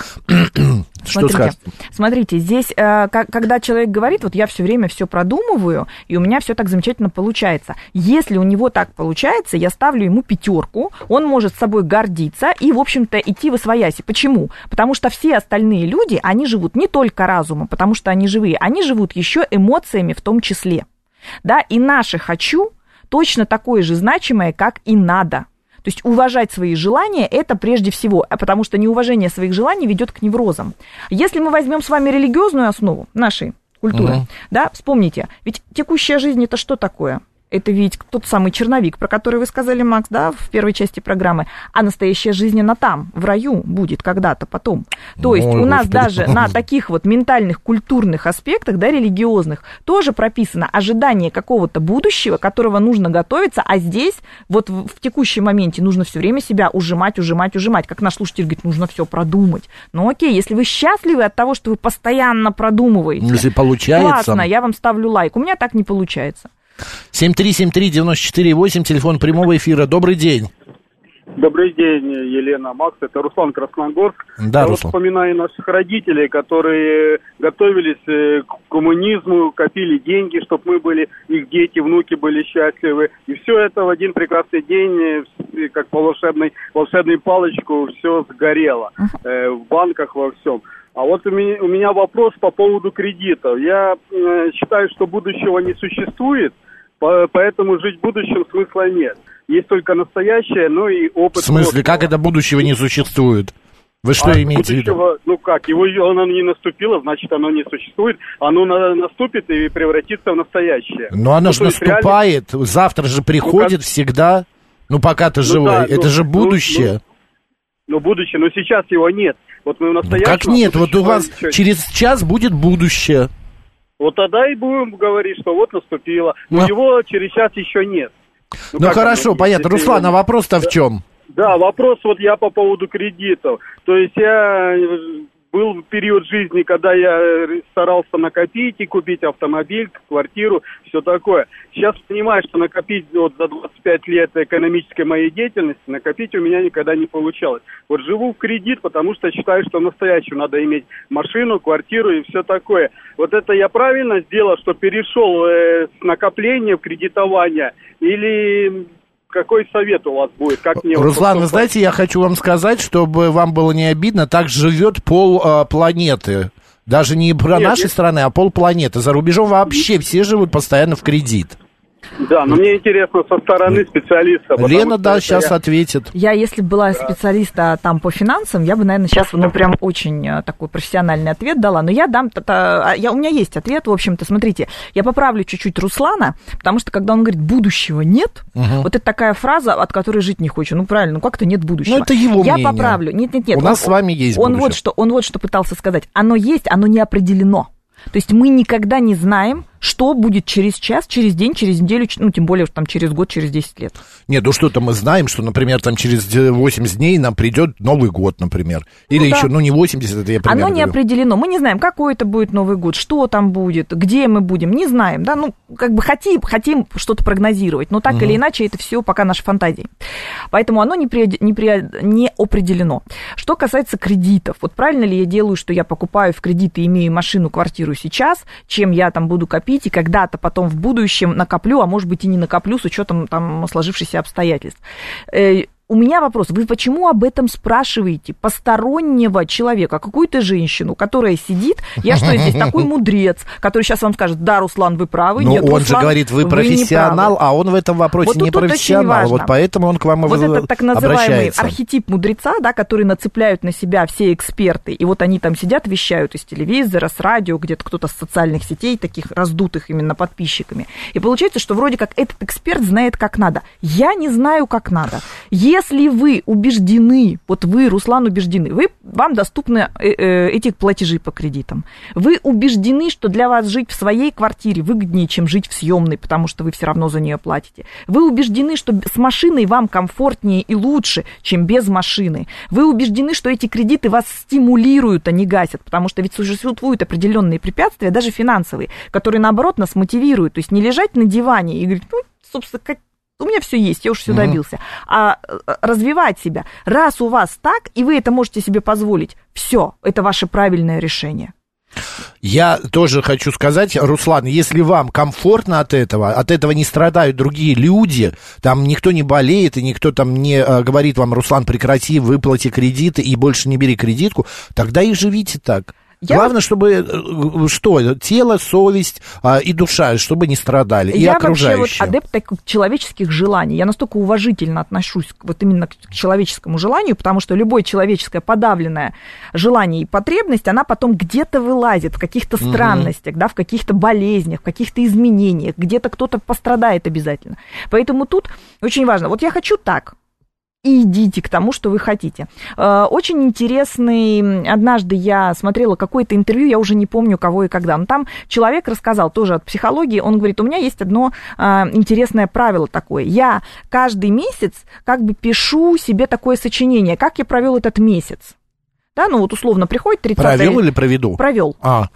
Что скажете? Смотрите, здесь, когда человек говорит, вот я все время все продумываю, и у меня все так замечательно получается. Если у него так получается, я ставлю ему 5, он может с собой гордиться и, в общем-то, идти восвояси. Почему? Потому что все остальные люди, они живут не только разумом, потому что они живые, они живут еще эмоциями в том числе. Да, и наше «хочу» точно такое же значимое, как и «надо». То есть уважать свои желания – это прежде всего, потому что неуважение своих желаний ведет к неврозам. Если мы возьмем с вами религиозную основу нашей культуры, да, вспомните, ведь текущая жизнь – это что такое? Это ведь тот самый черновик, про который вы сказали, Макс, да, в первой части программы. А настоящая жизнь, она там, в раю будет когда-то потом. То есть у нас даже на таких вот ментальных, культурных аспектах, да, религиозных, тоже прописано ожидание какого-то будущего, которого нужно готовиться, а здесь вот в текущем моменте нужно все время себя ужимать. Как наш слушатель говорит, нужно все продумать. Ну окей, если вы счастливы от того, что вы постоянно продумываете, если получается, классно, я вам ставлю лайк. У меня так не получается. 7373948, телефон прямого эфира. Добрый день. Добрый день, Елена, Макс, это Руслан, Красногорск. Да, Я Руслан. вспоминаю наших родителей, которые готовились к коммунизму, копили деньги, чтобы мы были, их дети, внуки были счастливы. И все это в один прекрасный день, как по волшебной палочку, все сгорело в банках, во всем. А вот у меня вопрос по поводу кредитов. Я считаю, что будущего не существует, поэтому жить в будущем смысла нет. Есть только настоящее, но и опыт. В смысле, прошлого. как это будущего не существует? Вы что имеете в виду? Ну как, оно не наступило, значит оно не существует. Оно наступит и превратится в настоящее. Но оно же наступает, завтра же приходит всегда. Ну пока ты живой, да, это же будущее. Будущее, но сейчас его нет. Вот мы в настоящем... Как нет, вот у вас через час будет будущее. Вот тогда и будем говорить, что вот наступило. Но его через час еще нет. Ну хорошо, понятно. Руслан, а вопрос-то в чем? Да, вопрос вот я по поводу кредитов. То есть я был период жизни, когда я старался накопить и купить автомобиль, квартиру, все такое. Сейчас понимаю, что накопить вот за 25 лет экономической моей деятельности, накопить у меня никогда не получалось. Вот живу в кредит, потому что считаю, что настоящую надо иметь машину, квартиру и все такое. Вот это я правильно сделал, что перешел с накопления в кредитование, или... Какой совет у вас будет? Как мне Руслан, вы знаете, я хочу вам сказать, чтобы вам было не обидно, так живет планеты. Даже не про нашей страны, а полпланеты. За рубежом вообще все живут постоянно в кредит. Да, но мне интересно со стороны специалиста. Лена, да, сейчас ответит. Я, если бы была специалиста там по финансам, я бы, наверное, сейчас, прям очень такой профессиональный ответ дала. Но я дам, у меня есть ответ, в общем-то, смотрите, я поправлю чуть-чуть Руслана, потому что, когда он говорит, будущего нет, вот это такая фраза, от которой жить не хочешь. Ну, правильно, как-то нет будущего. Ну, это его мнение. Я поправлю. Нет. У нас с вами есть будущее. Он вот что пытался сказать. Оно есть, оно не определено. То есть мы никогда не знаем, что будет через час, через день, через неделю, ну, тем более там через год, через 10 лет. Нет, ну что-то мы знаем, что, например, там через 80 дней нам придет Новый год, например. Или еще, не 80, это я примерно Оно не определено. Мы не знаем, какой это будет Новый год, что там будет, где мы будем, не знаем, да, ну, как бы хотим что-то прогнозировать, но так или иначе это все пока наши фантазии. Поэтому оно не определено. Что касается кредитов, вот правильно ли я делаю, что я покупаю в кредит и имею машину, квартиру сейчас, чем я там буду копить, и когда-то потом в будущем накоплю, а может быть и не накоплю с учетом там сложившихся обстоятельств. У меня вопрос, вы почему об этом спрашиваете постороннего человека, какую-то женщину, которая сидит, я что, здесь такой мудрец, который сейчас вам скажет, да, Руслан, вы правы, нет, он Руслан, же говорит, вы профессионал, а он в этом вопросе вот не профессионал, вот поэтому он к вам вот обращается. Вот это так называемый архетип мудреца, да, который нацепляют на себя все эксперты, и вот они там сидят, вещают из телевизора, с радио, где-то кто-то с социальных сетей, таких раздутых именно подписчиками, и получается, что вроде как этот эксперт знает, как надо. Я не знаю, как надо. Если вы убеждены, вот вы, Руслан, убеждены, вам доступны эти платежи по кредитам, вы убеждены, что для вас жить в своей квартире выгоднее, чем жить в съемной, потому что вы все равно за нее платите, вы убеждены, что с машиной вам комфортнее и лучше, чем без машины, вы убеждены, что эти кредиты вас стимулируют, а не гасят, потому что ведь существуют определенные препятствия, даже финансовые, которые, наоборот, нас мотивируют, то есть не лежать на диване и говорить, ну, собственно, как у меня все есть, я уже все добился. А развивать себя. Раз у вас так, и вы это можете себе позволить, все, это ваше правильное решение. Я тоже хочу сказать, Руслан, если вам комфортно от этого не страдают другие люди, там никто не болеет, и никто там не говорит вам, Руслан, прекрати, выплати кредиты и больше не бери кредитку, тогда и живите так. Главное, чтобы тело, совесть и душа, чтобы не страдали, и окружающие. Я вообще адепт таких человеческих желаний. Я настолько уважительно отношусь вот именно к человеческому желанию, потому что любое человеческое подавленное желание и потребность, она потом где-то вылазит в каких-то странностях, да, в каких-то болезнях, в каких-то изменениях, где-то кто-то пострадает обязательно. Поэтому тут очень важно. Вот я хочу так. И идите к тому, что вы хотите. Очень интересный, однажды я смотрела какое-то интервью, я уже не помню, кого и когда, но там человек рассказал тоже от психологии, он говорит, у меня есть одно интересное правило такое, я каждый месяц как бы пишу себе такое сочинение, как я провел этот месяц. Да, ну вот условно приходит 30-е... Провел или проведу? Провел.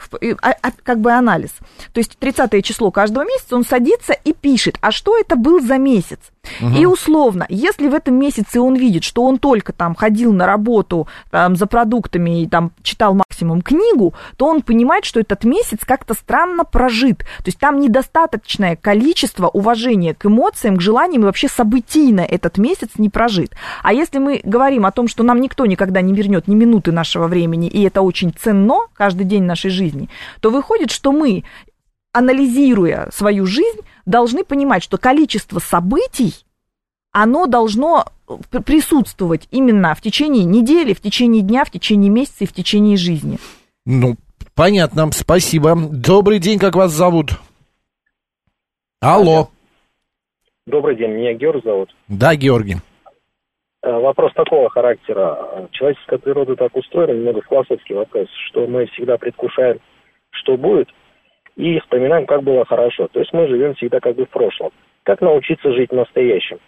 Как бы анализ. То есть 30-е число каждого месяца он садится и пишет, а что это был за месяц? И условно, если в этом месяце он видит, что он только там ходил на работу там, за продуктами и там читал максимум книгу, то он понимает, что этот месяц как-то странно прожит. То есть там недостаточное количество уважения к эмоциям, к желаниям, и вообще событийно этот месяц не прожит. А если мы говорим о том, что нам никто никогда не вернет ни минуты нашего времени, и это очень ценно, каждый день нашей жизни, то выходит, что мы, анализируя свою жизнь, должны понимать, что количество событий, оно должно присутствовать именно в течение недели, в течение дня, в течение месяца и в течение жизни. Ну, понятно, спасибо. Добрый день, как вас зовут? Алло. Добрый день, меня Георгий зовут. Да, Георгий. Вопрос такого характера. Человеческая природа так устроена, немного философский вопрос, что мы всегда предвкушаем, что будет, и вспоминаем, как было хорошо. То есть мы живем всегда как бы в прошлом. Как научиться жить в настоящем?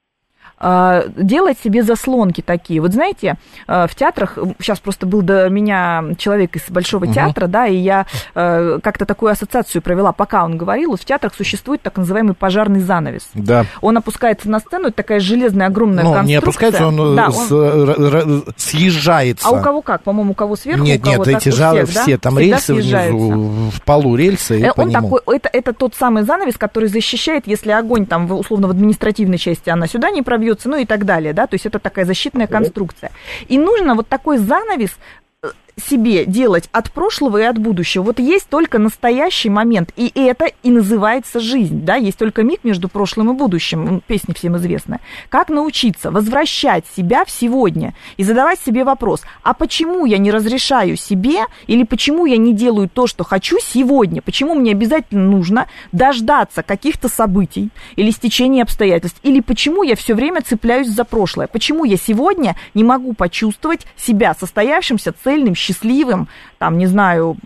Делать себе заслонки такие. Вот знаете, в театрах, сейчас просто был до меня человек из Большого театра, да, и я как-то такую ассоциацию провела, пока он говорил, вот в театрах существует так называемый пожарный занавес. Да. Он опускается на сцену, это такая железная огромная конструкция. Не опускается, он съезжается. А у кого как? По-моему, у кого сверху, нет, у кого эти жары все, да? Там рельсы внизу, в полу рельсы, и он такой, это тот самый занавес, который защищает, если огонь там, условно, в административной части, она сюда не пробьется, ну и так далее, да, то есть это такая защитная конструкция. И нужно вот такой занавес себе делать от прошлого и от будущего. Вот есть только настоящий момент, и это и называется жизнь, да, есть только миг между прошлым и будущим, песня всем известная. Как научиться возвращать себя в сегодня и задавать себе вопрос, а почему я не разрешаю себе, или почему я не делаю то, что хочу сегодня, почему мне обязательно нужно дождаться каких-то событий или стечения обстоятельств, или почему я все время цепляюсь за прошлое, почему я сегодня не могу почувствовать себя состоявшимся, цельным, счастливым, там, не знаю,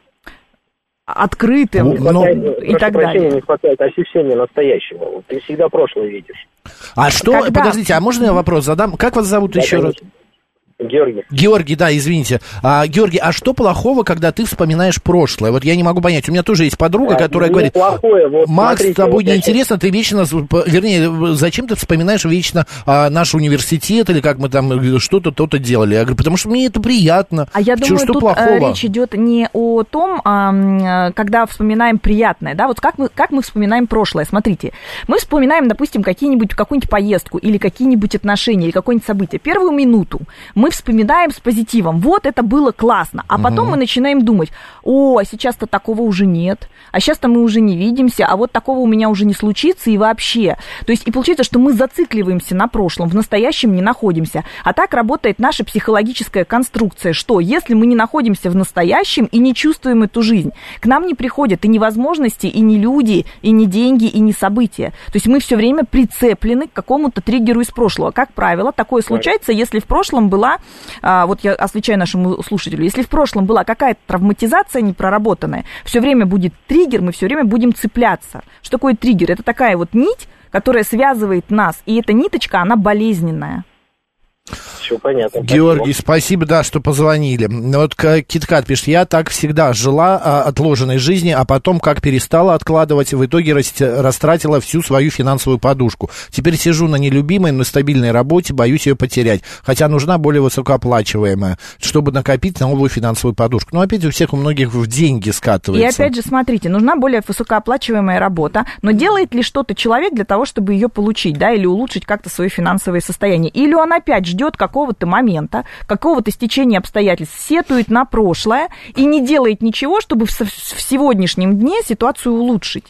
открытым и так далее. Не хватает ощущения настоящего. Вот ты всегда прошлое видишь. А что, подождите, а можно я вопрос задам? Как вас зовут еще раз? Георгий. Георгий, да, извините. Георгий, а что плохого, когда ты вспоминаешь прошлое? Вот я не могу понять. У меня тоже есть подруга, которая говорит, плохое, вот, Макс, смотрите, с тобой вот неинтересно, ты вечно, вернее, зачем ты вспоминаешь вечно наш университет, или как мы там что-то, то-то делали? Я говорю, потому что мне это приятно. А я думаю, тут речь идет не о том, когда вспоминаем приятное, да, вот как мы вспоминаем прошлое. Смотрите, мы вспоминаем, допустим, какую-нибудь поездку, или какие-нибудь отношения, или какое-нибудь событие. Первую минуту мы вспоминаем с позитивом, вот это было классно, а потом мы начинаем думать, а сейчас-то такого уже нет, а сейчас-то мы уже не видимся, а вот такого у меня уже не случится и вообще. То есть и получается, что мы зацикливаемся на прошлом, в настоящем не находимся. А так работает наша психологическая конструкция, что если мы не находимся в настоящем и не чувствуем эту жизнь, к нам не приходят и ни возможности, и ни люди, и ни деньги, и ни события. То есть мы все время прицеплены к какому-то триггеру из прошлого. Как правило, такое случается, если в прошлом была, вот я отвечаю нашему слушателю, если в прошлом была какая-то травматизация непроработанная, все время будет триггер, мы все время будем цепляться. Что такое триггер? Это такая вот нить, которая связывает нас, и эта ниточка, она болезненная. Все понятно. Георгий, спасибо, да, что позвонили. Вот Киткат пишет, я так всегда жила отложенной жизни, а потом, как перестала откладывать, в итоге растратила всю свою финансовую подушку. Теперь сижу на нелюбимой, но стабильной работе, боюсь ее потерять. Хотя нужна более высокооплачиваемая, чтобы накопить новую финансовую подушку. Но опять у многих в деньги скатывается. И опять же, смотрите, нужна более высокооплачиваемая работа, но делает ли что-то человек для того, чтобы ее получить, да, или улучшить как-то свое финансовое состояние? Или он опять ждет какого-то момента, какого-то стечения обстоятельств, сетует на прошлое и не делает ничего, чтобы в сегодняшнем дне ситуацию улучшить.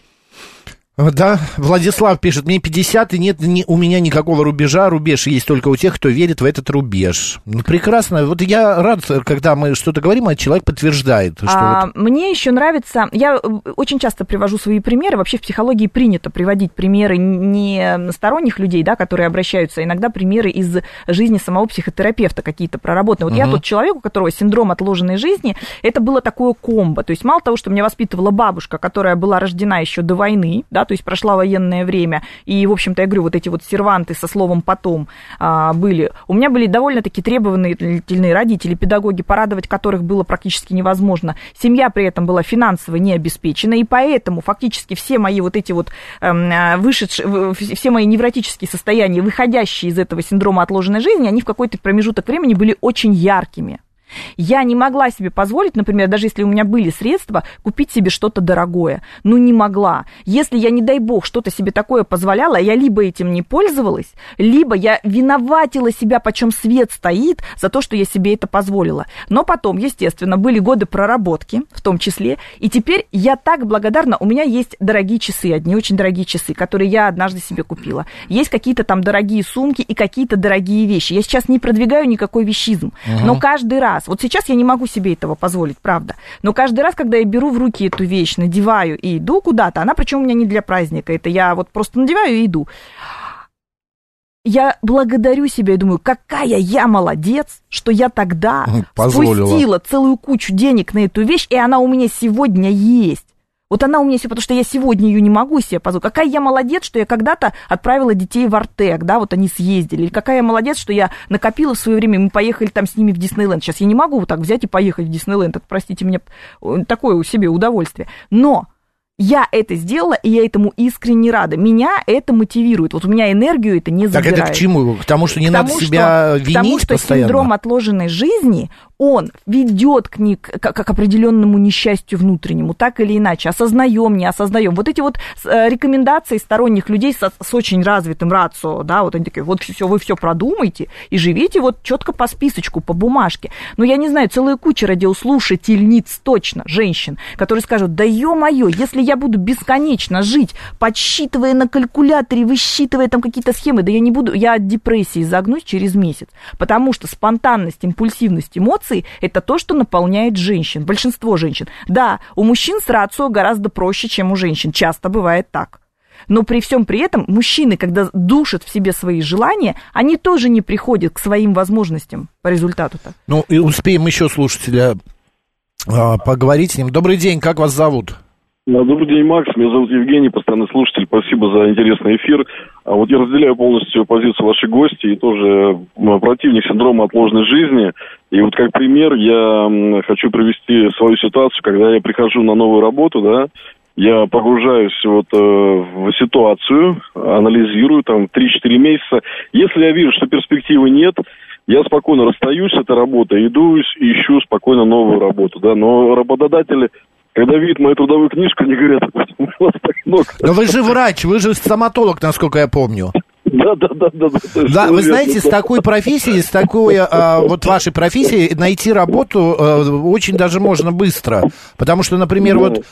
Да, Владислав пишет, мне 50, и нет у меня никакого рубежа, рубеж есть только у тех, кто верит в этот рубеж. Ну, прекрасно, вот я рад, когда мы что-то говорим, а человек подтверждает. Что мне еще нравится, я очень часто привожу свои примеры, вообще в психологии принято приводить примеры не сторонних людей, да, которые обращаются, а иногда примеры из жизни самого психотерапевта какие-то проработанные. Вот я тот человек, у которого синдром отложенной жизни, это было такое комбо, то есть мало того, что меня воспитывала бабушка, которая была рождена еще до войны, да, да, то есть прошло военное время, и, в общем-то, я говорю, вот эти вот серванты со словом «потом» были. У меня были довольно-таки требовательные родители, педагоги, порадовать которых было практически невозможно. Семья при этом была финансово не обеспечена, и поэтому фактически все мои вот эти вот все мои невротические состояния, выходящие из этого синдрома отложенной жизни, они в какой-то промежуток времени были очень яркими. Я не могла себе позволить, например, даже если у меня были средства, купить себе что-то дорогое. Ну, не могла. Если я, не дай бог, что-то себе такое позволяла, я либо этим не пользовалась, либо я виноватила себя, почем свет стоит, за то, что я себе это позволила. Но потом, естественно, были годы проработки, в том числе, и теперь я так благодарна. У меня есть дорогие часы, одни очень дорогие часы, которые я однажды себе купила. Есть какие-то там дорогие сумки и какие-то дорогие вещи. Я сейчас не продвигаю никакой вещизм, но каждый раз, вот сейчас я не могу себе этого позволить, правда. Но каждый раз, когда я беру в руки эту вещь, надеваю и иду куда-то, она причем у меня не для праздника, это я вот просто надеваю и иду. Я благодарю себя и думаю, какая я молодец, что я тогда спустила целую кучу денег на эту вещь, и она у меня сегодня есть. Вот она у меня все, потому что я сегодня ее не могу себе позволить. Какая я молодец, что я когда-то отправила детей в Артек, да, вот они съездили. Или какая я молодец, что я накопила в свое время, мы поехали там с ними в Диснейленд. Сейчас я не могу вот так взять и поехать в Диснейленд. Это, простите меня, такое у себя удовольствие. Но я это сделала, и я этому искренне рада. Меня это мотивирует. Вот у меня энергию это не забирает. Так это к чему? К тому, что не надо себя винить постоянно? К тому, что синдром отложенной жизни, он ведет к определенному несчастью внутреннему, так или иначе. Осознаем, не осознаем. Вот эти вот рекомендации сторонних людей с очень развитым рацио, да, вот они такие, вот все, вы все продумайте и живите вот четко по списочку, по бумажке. Но я не знаю, целая куча радиослушательниц точно, женщин, которые скажут, да ё-моё, если я буду бесконечно жить, подсчитывая на калькуляторе, высчитывая там какие-то схемы, да я не буду, я от депрессии загнусь через месяц, потому что спонтанность, импульсивность, эмоции – это то, что наполняет женщин, большинство женщин. Да, у мужчин с рацио гораздо проще, чем у женщин, часто бывает так. Но при всем при этом мужчины, когда душат в себе свои желания, они тоже не приходят к своим возможностям по результату-то. Ну, и успеем еще слушателя поговорить с ним. Добрый день, как вас зовут? Добрый день, Макс. Меня зовут Евгений, постоянный слушатель. Спасибо за интересный эфир. Вот я разделяю полностью позицию вашей гости и тоже противник синдрома отложенной жизни. И вот как пример я хочу привести свою ситуацию, когда я прихожу на новую работу, да, я погружаюсь вот в ситуацию, анализирую там 3-4 месяца. Если я вижу, что перспективы нет, я спокойно расстаюсь с этой работой, иду и ищу спокойно новую работу, да. Но работодатели, когда видят мою трудовую книжку, они говорят, у вас так много. Но вы же врач, вы же стоматолог, насколько я помню. Да. Да, вы знаете, с такой профессией, с такой вот вашей профессией найти работу очень даже можно быстро. Потому что, например, вот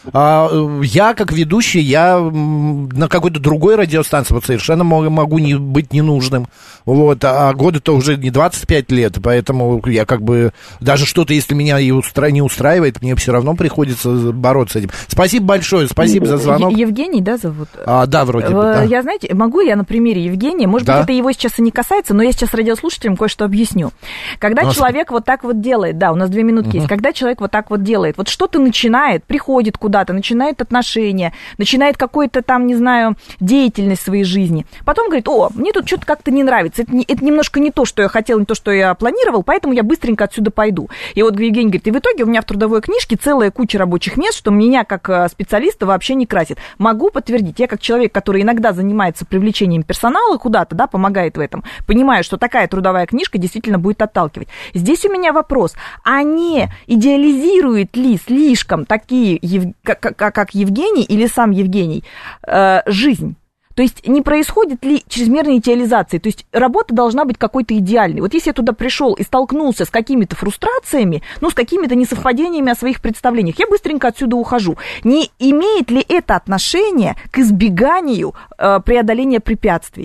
я как ведущий, я на какой-то другой радиостанции вот совершенно могу быть ненужным. Вот, а годы-то уже не 25 лет, поэтому я как бы даже что-то, если меня не устраивает, мне все равно приходится бороться с этим. Спасибо большое, спасибо за звонок. Евгений, да, зовут? Да, вроде бы, да. Я, знаете, могу я на примере Евгения, может быть, это его сейчас и не касается, но я сейчас радиослушателям кое-что объясню. Когда человек вот так вот делает, да, у нас 2 минутки есть, когда человек вот так вот делает, вот что-то начинает, приходит куда-то, начинает отношения, начинает какую-то там, не знаю, деятельность в своей жизни, потом говорит, мне тут что-то как-то не нравится, это немножко не то, что я хотел, не то, что я планировал, поэтому я быстренько отсюда пойду. И вот Евгений говорит, и в итоге у меня в трудовой книжке целая куча рабочих мест, что меня как специалиста вообще не красит. Могу подтвердить, я как человек, который иногда занимается привлечением персонала куда-то, да, помогает в этом, понимаю, что такая трудовая книжка действительно будет отталкивать. Здесь у меня вопрос, а не идеализирует ли слишком такие, как Евгений или сам Евгений, жизнь? То есть не происходит ли чрезмерной идеализации? То есть работа должна быть какой-то идеальной. Вот если я туда пришел и столкнулся с какими-то фрустрациями, с какими-то несовпадениями о своих представлениях, я быстренько отсюда ухожу. Не имеет ли это отношение к избеганию преодоления препятствий?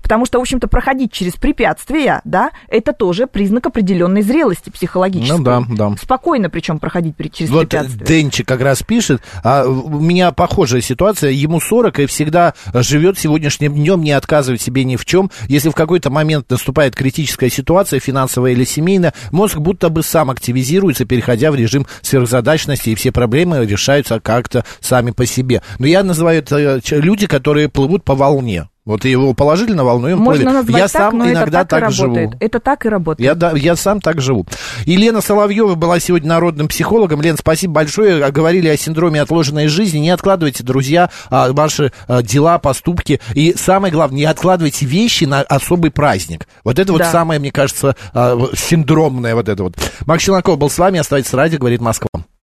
Потому что, в общем-то, проходить через препятствия, да, это тоже признак определенной зрелости психологической. Ну да, да. Спокойно, причем, проходить через вот препятствия. Вот Денчик как раз пишет, у меня похожая ситуация, ему 40 и всегда живет сегодняшним днем, не отказывает себе ни в чем. Если в какой-то момент наступает критическая ситуация, финансовая или семейная, мозг будто бы сам активизируется, переходя в режим сверхзадачности, и все проблемы решаются как-то сами по себе. Но я называю это люди, которые плывут по волне. Вот его положили на волну, и он можно плывет. назвать Я так, сам но иногда это так и живу. работает. Это так и работает. Я сам так живу. Елена Соловьева была сегодня народным психологом. Лен, спасибо большое. Говорили о синдроме отложенной жизни. Не откладывайте, друзья, ваши дела, поступки. И самое главное, не откладывайте вещи на особый праздник. Вот это вот самое, мне кажется, синдромное вот это вот. Макс Челноков был с вами. Оставайтесь с радио, говорит Москва.